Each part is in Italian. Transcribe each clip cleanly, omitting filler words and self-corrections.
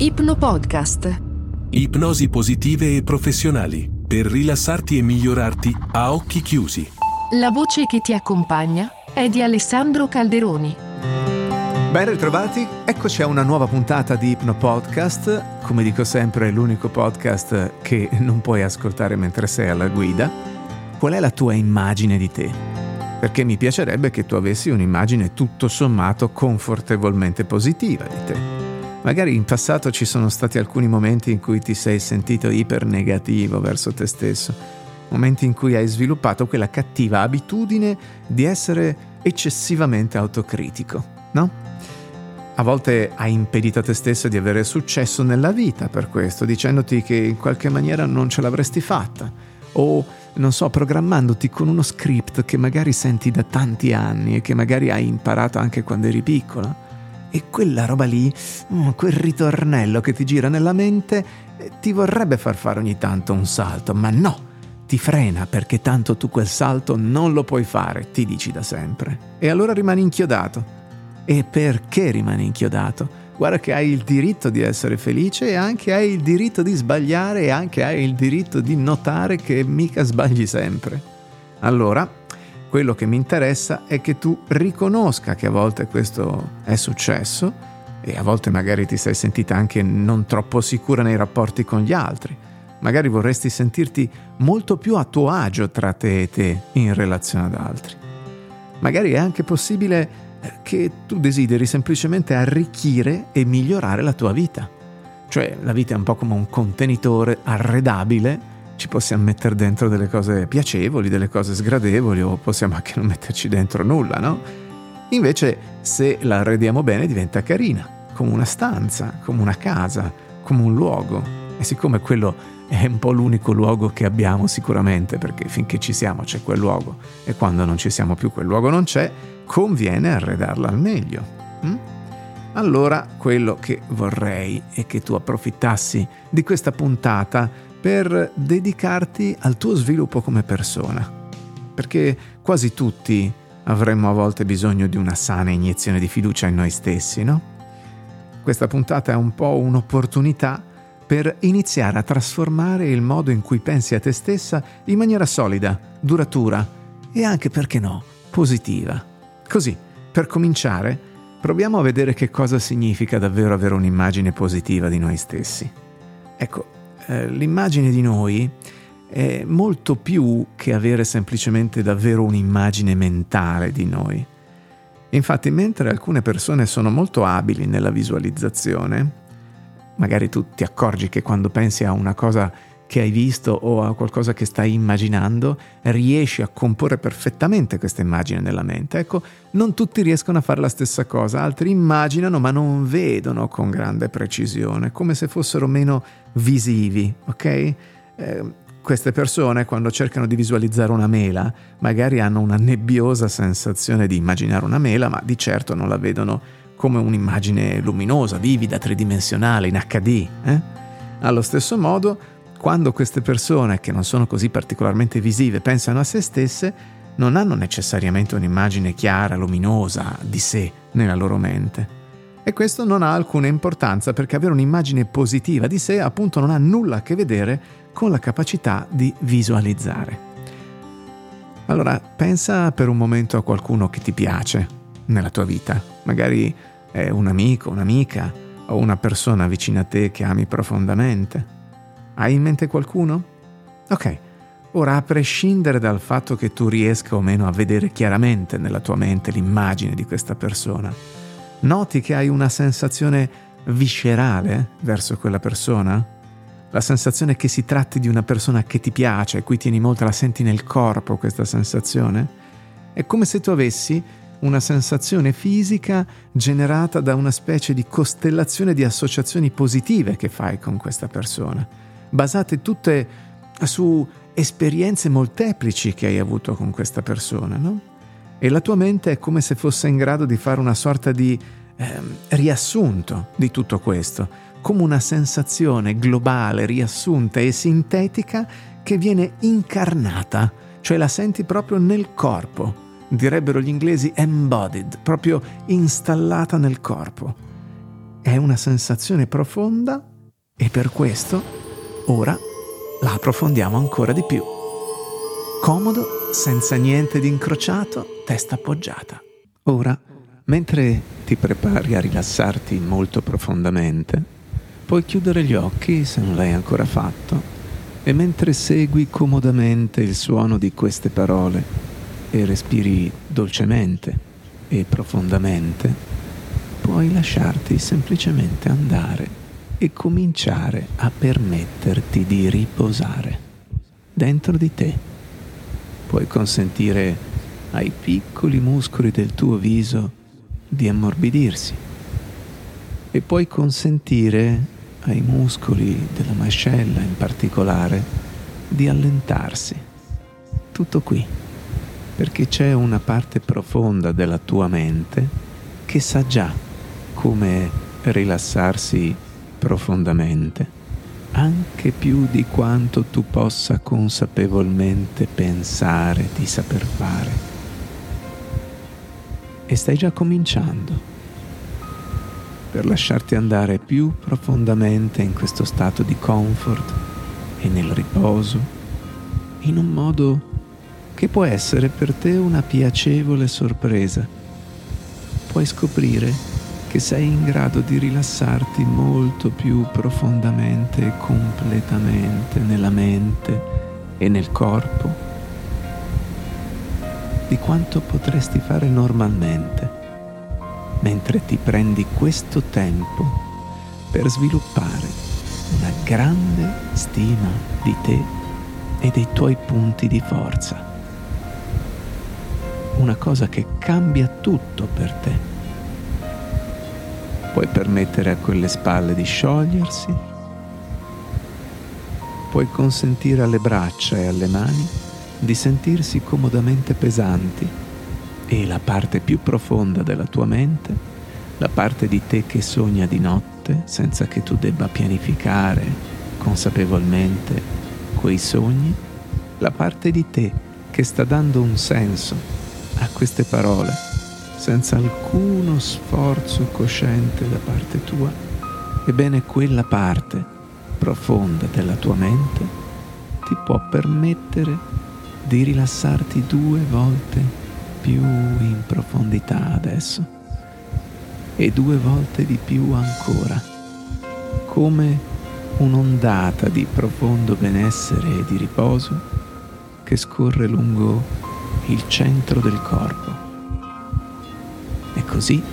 Ipnopodcast. Ipnosi positive e professionali per rilassarti e migliorarti a occhi chiusi. La voce che ti accompagna è di Alessandro Calderoni. Ben ritrovati, eccoci a una nuova puntata di Ipnopodcast. Come dico sempre, è l'unico podcast che non puoi ascoltare mentre sei alla guida. Qual è la tua immagine di te? Perché mi piacerebbe che tu avessi un'immagine tutto sommato confortevolmente positiva di te. Magari in passato ci sono stati alcuni momenti in cui ti sei sentito ipernegativo verso te stesso, momenti in cui hai sviluppato quella cattiva abitudine di essere eccessivamente autocritico, no? A volte hai impedito a te stesso di avere successo nella vita per questo, dicendoti che in qualche maniera non ce l'avresti fatta, o non so, programmandoti con uno script che magari senti da tanti anni e che magari hai imparato anche quando eri piccola. E quella roba lì, quel ritornello che ti gira nella mente, ti vorrebbe far fare ogni tanto un salto, ma no, ti frena perché tanto tu quel salto non lo puoi fare, ti dici da sempre. E allora rimani inchiodato. E perché rimani inchiodato? Guarda che hai il diritto di essere felice e anche hai il diritto di sbagliare e anche hai il diritto di notare che mica sbagli sempre. Allora, quello che mi interessa è che tu riconosca che a volte questo è successo e a volte magari ti sei sentita anche non troppo sicura nei rapporti con gli altri. Magari vorresti sentirti molto più a tuo agio tra te e te in relazione ad altri. Magari è anche possibile che tu desideri semplicemente arricchire e migliorare la tua vita. Cioè la vita è un po' come un contenitore arredabile. Ci possiamo mettere dentro delle cose piacevoli, delle cose sgradevoli, o possiamo anche non metterci dentro nulla, no? Invece, se la arrediamo bene, diventa carina, come una stanza, come una casa, come un luogo. E siccome quello è un po' l'unico luogo che abbiamo sicuramente, perché finché ci siamo c'è quel luogo, e quando non ci siamo più quel luogo non c'è, conviene arredarla al meglio. Allora, quello che vorrei è che tu approfittassi di questa puntata per dedicarti al tuo sviluppo come persona, perché quasi tutti avremmo a volte bisogno di una sana iniezione di fiducia in noi stessi, no? Questa puntata è un po' un'opportunità per iniziare a trasformare il modo in cui pensi a te stessa in maniera solida, duratura e anche, perché no, positiva. Così, per cominciare, proviamo a vedere che cosa significa davvero avere un'immagine positiva di noi stessi. Ecco, l'immagine di noi è molto più che avere semplicemente davvero un'immagine mentale di noi. Infatti, mentre alcune persone sono molto abili nella visualizzazione, magari tu ti accorgi che quando pensi a una cosa che hai visto o a qualcosa che stai immaginando, riesci a comporre perfettamente questa immagine nella mente. Ecco, non tutti riescono a fare la stessa cosa, altri immaginano ma non vedono con grande precisione, come se fossero meno visivi, ok? Queste persone, quando cercano di visualizzare una mela, magari hanno una nebbiosa sensazione di immaginare una mela, ma di certo non la vedono come un'immagine luminosa, vivida, tridimensionale, in HD. Allo stesso modo, quando queste persone, che non sono così particolarmente visive, pensano a se stesse, non hanno necessariamente un'immagine chiara, luminosa di sé nella loro mente. E questo non ha alcuna importanza, perché avere un'immagine positiva di sé appunto non ha nulla a che vedere con la capacità di visualizzare. Allora, pensa per un momento a qualcuno che ti piace nella tua vita. Magari è un amico, un'amica o una persona vicina a te che ami profondamente. Hai in mente qualcuno? Ok, ora, a prescindere dal fatto che tu riesca o meno a vedere chiaramente nella tua mente l'immagine di questa persona, noti che hai una sensazione viscerale verso quella persona? La sensazione che si tratti di una persona che ti piace, a cui tieni molto, la senti nel corpo questa sensazione? È come se tu avessi una sensazione fisica generata da una specie di costellazione di associazioni positive che fai con questa persona, basate tutte su esperienze molteplici che hai avuto con questa persona, no? E la tua mente è come se fosse in grado di fare una sorta di riassunto di tutto questo, come una sensazione globale, riassunta e sintetica che viene incarnata, cioè la senti proprio nel corpo. Direbbero gli inglesi embodied, proprio installata nel corpo. E è una sensazione profonda e per questo ora la approfondiamo ancora di più. Comodo, senza niente di incrociato, testa appoggiata. Ora, mentre ti prepari a rilassarti molto profondamente, puoi chiudere gli occhi se non l'hai ancora fatto e mentre segui comodamente il suono di queste parole e respiri dolcemente e profondamente, puoi lasciarti semplicemente andare e cominciare a permetterti di riposare dentro di te. Puoi consentire ai piccoli muscoli del tuo viso di ammorbidirsi e puoi consentire ai muscoli della mascella in particolare di allentarsi. Tutto qui, perché c'è una parte profonda della tua mente che sa già come rilassarsi profondamente, anche più di quanto tu possa consapevolmente pensare di saper fare. E stai già cominciando per lasciarti andare più profondamente in questo stato di comfort e nel riposo, in un modo che può essere per te una piacevole sorpresa. Puoi scoprire che sei in grado di rilassarti molto più profondamente e completamente nella mente e nel corpo di quanto potresti fare normalmente, mentre ti prendi questo tempo per sviluppare una grande stima di te e dei tuoi punti di forza. Una cosa che cambia tutto per te. Puoi permettere a quelle spalle di sciogliersi, puoi consentire alle braccia e alle mani di sentirsi comodamente pesanti e la parte più profonda della tua mente, la parte di te che sogna di notte senza che tu debba pianificare consapevolmente quei sogni, la parte di te che sta dando un senso a queste parole senza alcuno sforzo cosciente da parte tua, ebbene quella parte profonda della tua mente ti può permettere di rilassarti 2 volte più in profondità adesso e 2 volte di più ancora, come un'ondata di profondo benessere e di riposo che scorre lungo il centro del corpo. E così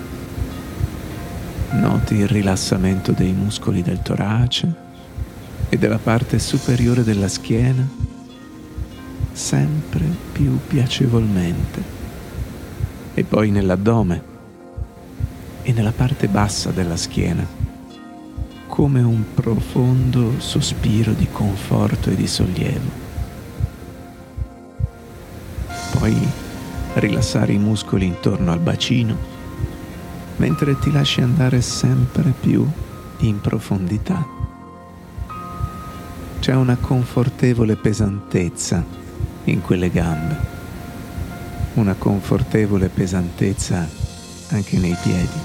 noti il rilassamento dei muscoli del torace e della parte superiore della schiena sempre più piacevolmente, e poi nell'addome e nella parte bassa della schiena, come un profondo sospiro di conforto e di sollievo. Poi rilassare i muscoli intorno al bacino, mentre ti lasci andare sempre più in profondità. C'è una confortevole pesantezza in quelle gambe, una confortevole pesantezza anche nei piedi,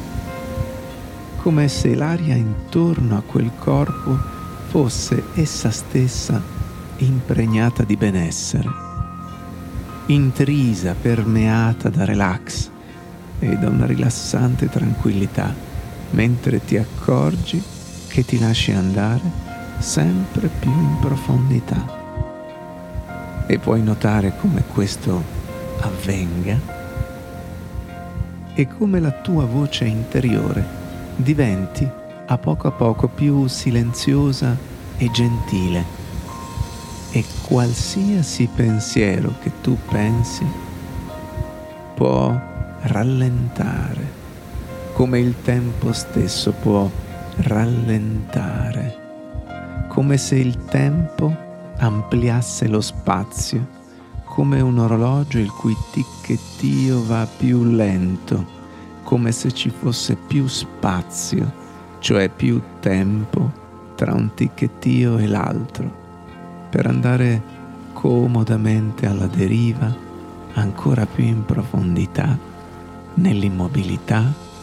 come se l'aria intorno a quel corpo fosse essa stessa impregnata di benessere, intrisa, permeata da relax e da una rilassante tranquillità, mentre ti accorgi che ti lasci andare sempre più in profondità. E puoi notare come questo avvenga e come la tua voce interiore diventi a poco più silenziosa e gentile, e qualsiasi pensiero che tu pensi può rallentare, come il tempo stesso può rallentare, come se il tempo ampliasse lo spazio, come un orologio il cui ticchettio va più lento, come se ci fosse più spazio, cioè più tempo tra un ticchettio e l'altro, per andare comodamente alla deriva, ancora più in profondità, nell'immobilità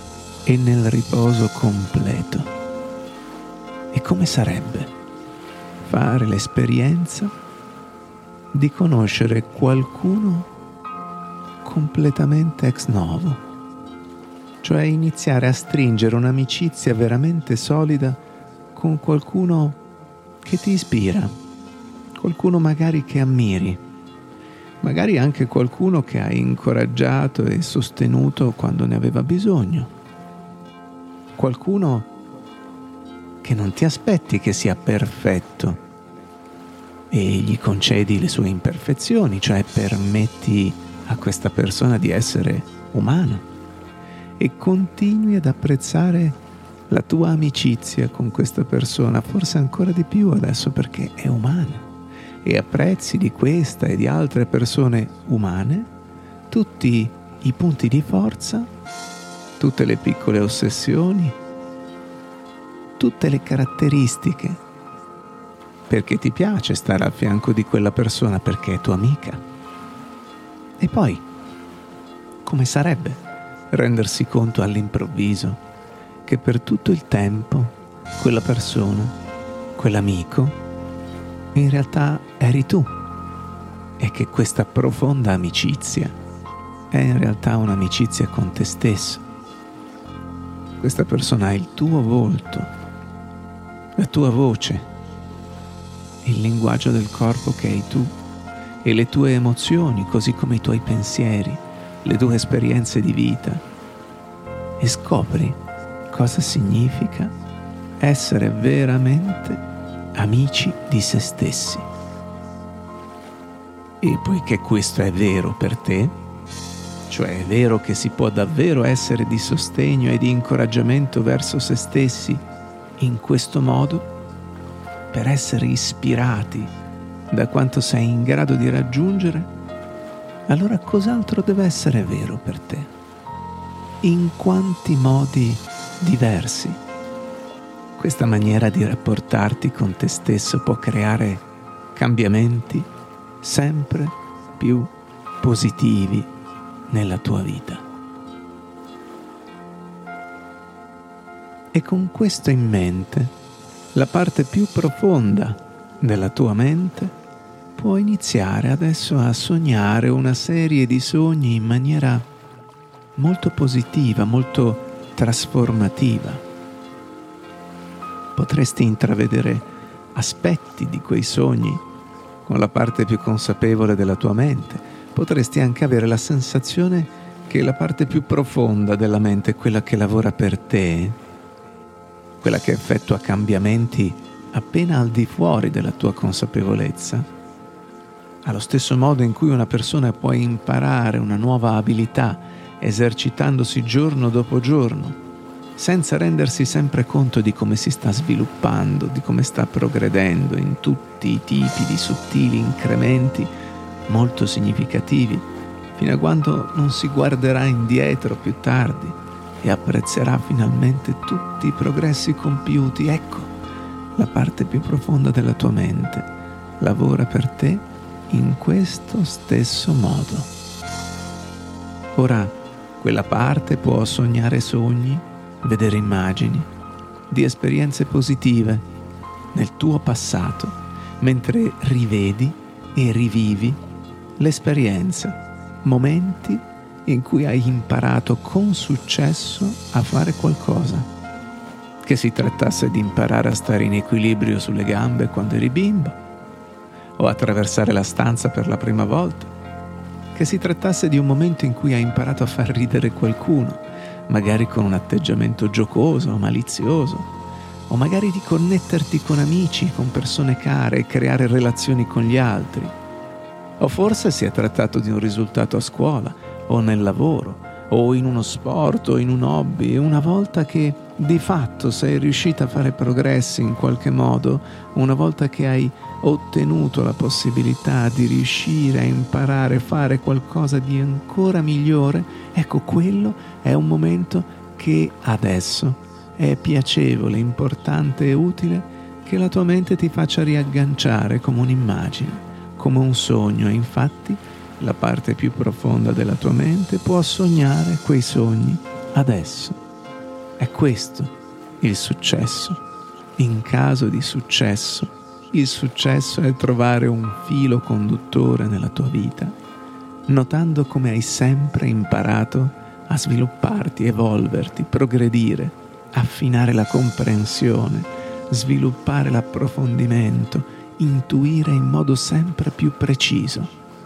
e nel riposo completo. E come sarebbe fare l'esperienza di conoscere qualcuno completamente ex novo, cioè iniziare a stringere un'amicizia veramente solida con qualcuno che ti ispira, qualcuno magari che ammiri, magari anche qualcuno che hai incoraggiato e sostenuto quando ne aveva bisogno, qualcuno che non ti aspetti che sia perfetto e gli concedi le sue imperfezioni, cioè permetti a questa persona di essere umano e continui ad apprezzare la tua amicizia con questa persona, forse ancora di più adesso perché è umana, e apprezzi di questa e di altre persone umane tutti i punti di forza, tutte le piccole ossessioni, tutte le caratteristiche, perché ti piace stare al fianco di quella persona, perché è tua amica. E poi, come sarebbe rendersi conto all'improvviso che per tutto il tempo quella persona, quell'amico, in realtà eri tu, e che questa profonda amicizia è in realtà un'amicizia con te stesso. Questa persona ha il tuo volto, la tua voce, il linguaggio del corpo che hai tu e le tue emozioni, così come i tuoi pensieri, le tue esperienze di vita, e scopri cosa significa essere veramente amici di se stessi. E poiché questo è vero per te, cioè è vero che si può davvero essere di sostegno e di incoraggiamento verso se stessi in questo modo, per essere ispirati da quanto sei in grado di raggiungere, allora cos'altro deve essere vero per te? In quanti modi diversi questa maniera di rapportarti con te stesso può creare cambiamenti sempre più positivi nella tua vita. E con questo in mente, la parte più profonda della tua mente può iniziare adesso a sognare una serie di sogni in maniera molto positiva, molto trasformativa. Potresti intravedere aspetti di quei sogni con la parte più consapevole della tua mente. Potresti anche avere la sensazione che la parte più profonda della mente, quella che lavora per te, quella che effettua cambiamenti appena al di fuori della tua consapevolezza, allo stesso modo in cui una persona può imparare una nuova abilità esercitandosi giorno dopo giorno, senza rendersi sempre conto di come si sta sviluppando, di come sta progredendo in tutti i tipi di sottili incrementi molto significativi, fino a quando non si guarderà indietro più tardi e apprezzerà finalmente tutti i progressi compiuti. Ecco, la parte più profonda della tua mente lavora per te in questo stesso modo. Ora, quella parte può sognare sogni, vedere immagini di esperienze positive nel tuo passato, mentre rivedi e rivivi l'esperienza, momenti in cui hai imparato con successo a fare qualcosa. Che si trattasse di imparare a stare in equilibrio sulle gambe quando eri bimbo, o attraversare la stanza per la prima volta. Che si trattasse di un momento in cui hai imparato a far ridere qualcuno, magari con un atteggiamento giocoso o malizioso, o magari di connetterti con amici, con persone care e creare relazioni con gli altri. O forse si è trattato di un risultato a scuola, o nel lavoro, o in uno sport, o in un hobby, e una volta che di fatto sei riuscita a fare progressi in qualche modo, una volta che hai ottenuto la possibilità di riuscire a imparare a fare qualcosa di ancora migliore, ecco, quello è un momento che adesso è piacevole, importante e utile che la tua mente ti faccia riagganciare come un'immagine, come un sogno. E infatti la parte più profonda della tua mente può sognare quei sogni adesso, È questo il successo. In caso di successo, il successo è trovare un filo conduttore nella tua vita, notando come hai sempre imparato a svilupparti, evolverti, progredire, affinare la comprensione, sviluppare l'approfondimento, intuire in modo sempre più preciso.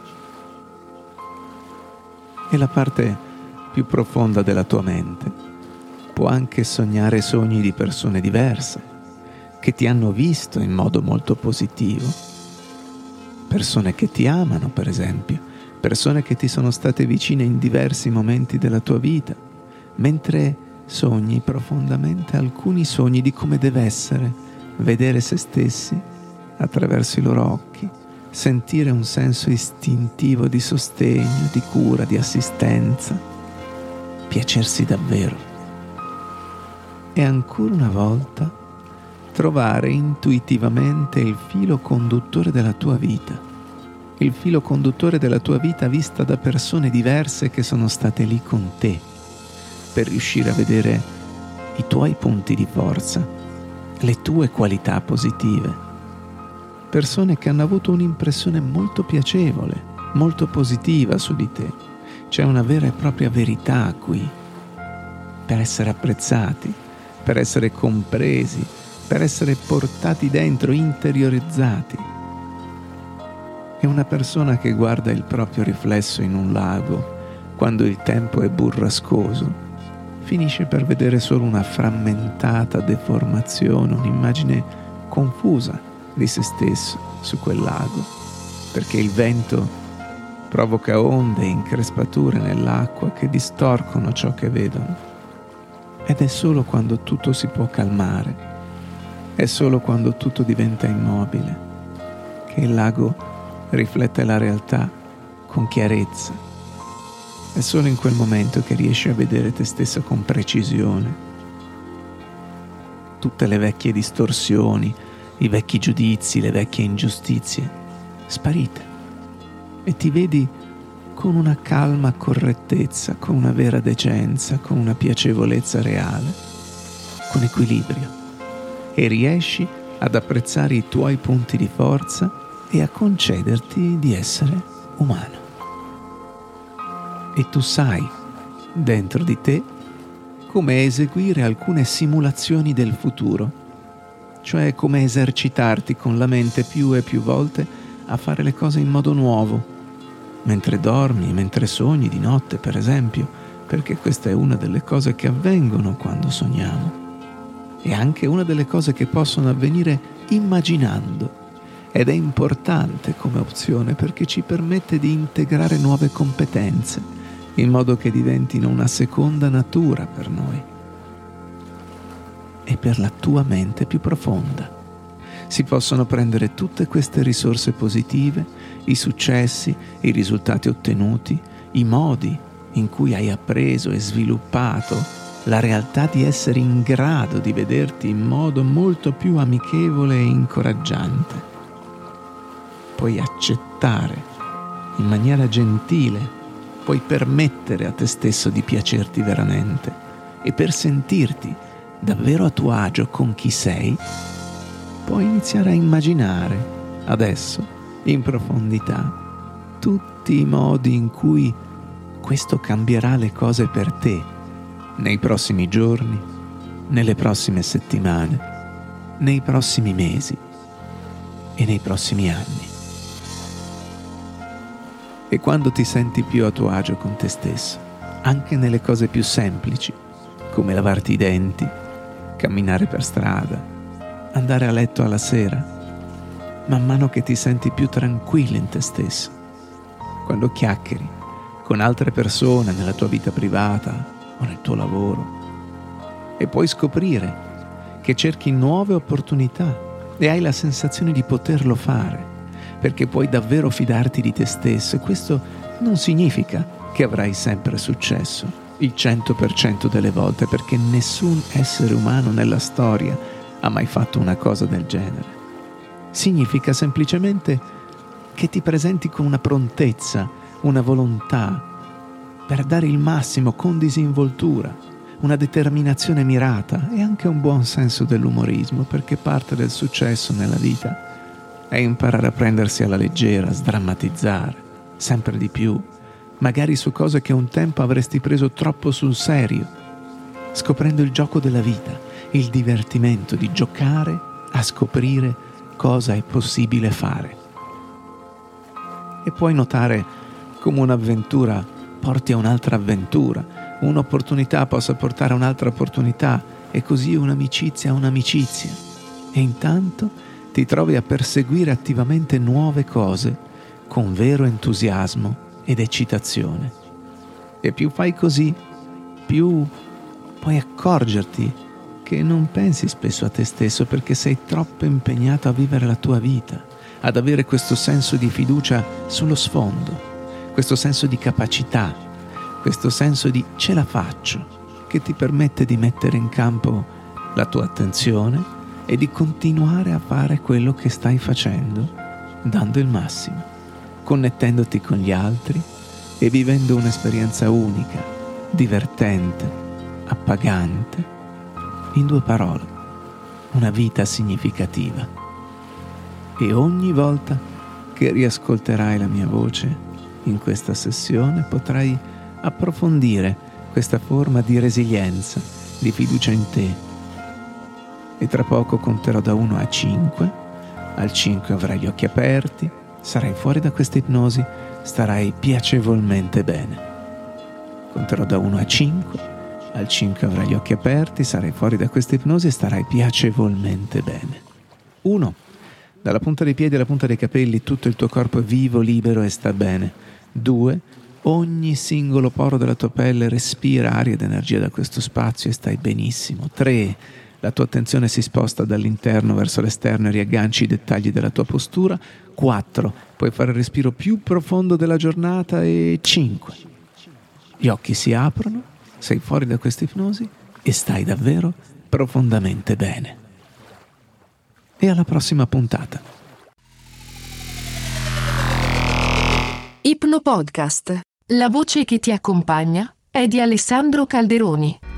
E la parte più profonda della tua mente può anche sognare sogni di persone diverse, che ti hanno visto in modo molto positivo. Persone che ti amano, per esempio, persone che ti sono state vicine in diversi momenti della tua vita, mentre sogni profondamente alcuni sogni di come deve essere vedere se stessi attraverso i loro occhi, sentire un senso istintivo di sostegno, di cura, di assistenza, piacersi davvero. E ancora una volta trovare intuitivamente il filo conduttore della tua vita, il filo conduttore della tua vita vista da persone diverse che sono state lì con te, per riuscire a vedere i tuoi punti di forza, le tue qualità positive. Persone che hanno avuto un'impressione molto piacevole, molto positiva su di te. C'è una vera e propria verità qui, per essere apprezzati, per essere compresi, per essere portati dentro, interiorizzati. È una persona che guarda il proprio riflesso in un lago quando il tempo è burrascoso, finisce per vedere solo una frammentata deformazione, un'immagine confusa di se stesso su quel lago, perché il vento provoca onde e increspature nell'acqua che distorcono ciò che vedono. Ed è solo quando tutto si può calmare, è solo quando tutto diventa immobile, che il lago riflette la realtà con chiarezza. È solo in quel momento che riesci a vedere te stesso con precisione. Tutte le vecchie distorsioni, i vecchi giudizi, le vecchie ingiustizie, sparite. E ti vedi con una calma correttezza, con una vera decenza, con una piacevolezza reale, con equilibrio. E riesci ad apprezzare i tuoi punti di forza e a concederti di essere umano. E tu sai, dentro di te, come eseguire alcune simulazioni del futuro, cioè come esercitarti con la mente più e più volte a fare le cose in modo nuovo, mentre dormi, mentre sogni di notte, per esempio, perché questa è una delle cose che avvengono quando sogniamo. È anche una delle cose che possono avvenire immaginando, ed è importante come opzione perché ci permette di integrare nuove competenze, in modo che diventino una seconda natura per noi e per la tua mente più profonda. Si possono prendere tutte queste risorse positive, i successi, i risultati ottenuti, i modi in cui hai appreso e sviluppato la realtà di essere in grado di vederti in modo molto più amichevole e incoraggiante. Puoi accettare in maniera gentile, puoi permettere a te stesso di piacerti veramente e per sentirti davvero a tuo agio con chi sei, puoi iniziare a immaginare adesso, in profondità, tutti i modi in cui questo cambierà le cose per te nei prossimi giorni, nelle prossime settimane, nei prossimi mesi e nei prossimi anni. E quando ti senti più a tuo agio con te stesso, anche nelle cose più semplici, come lavarti i denti, camminare per strada, andare a letto alla sera, man mano che ti senti più tranquillo in te stesso, quando chiacchieri con altre persone nella tua vita privata o nel tuo lavoro, e puoi scoprire che cerchi nuove opportunità e hai la sensazione di poterlo fare, perché puoi davvero fidarti di te stesso, e questo non significa che avrai sempre successo il 100% delle volte, perché nessun essere umano nella storia ha mai fatto una cosa del genere. Significa semplicemente che ti presenti con una prontezza, una volontà per dare il massimo con disinvoltura, una determinazione mirata e anche un buon senso dell'umorismo, perché parte del successo nella vita è imparare a prendersi alla leggera, sdrammatizzare, sempre di più, magari su cose che un tempo avresti preso troppo sul serio, scoprendo il gioco della vita, il divertimento di giocare a scoprire cosa è possibile fare. E puoi notare come un'avventura porti a un'altra avventura, un'opportunità possa portare a un'altra opportunità e così un'amicizia a un'amicizia. E intanto ti trovi a perseguire attivamente nuove cose con vero entusiasmo ed eccitazione. E più fai così, più puoi accorgerti che non pensi spesso a te stesso perché sei troppo impegnato a vivere la tua vita, ad avere questo senso di fiducia sullo sfondo, questo senso di capacità, questo senso di ce la faccio, che ti permette di mettere in campo la tua attenzione e di continuare a fare quello che stai facendo, dando il massimo, connettendoti con gli altri e vivendo un'esperienza unica, divertente, appagante, in 2 parole, una vita significativa. E ogni volta che riascolterai la mia voce in questa sessione potrai approfondire questa forma di resilienza, di fiducia in te. E tra poco conterò da 1 a 5. Al 5 avrai gli occhi aperti, sarai fuori da questa ipnosi, starai piacevolmente bene. Conterò da 1 a 5. Al 5 avrai gli occhi aperti, sarai fuori da questa ipnosi e starai piacevolmente bene. 1. Dalla punta dei piedi alla punta dei capelli tutto il tuo corpo è vivo, libero e sta bene. 2. Ogni singolo poro della tua pelle respira aria ed energia da questo spazio e stai benissimo. 3. La tua attenzione si sposta dall'interno verso l'esterno e riagganci i dettagli della tua postura. 4. Puoi fare il respiro più profondo della giornata. E 5. Gli occhi si aprono, sei fuori da questa ipnosi e stai davvero profondamente bene. E alla prossima puntata. Ipno Podcast. La voce che ti accompagna è di Alessandro Calderoni.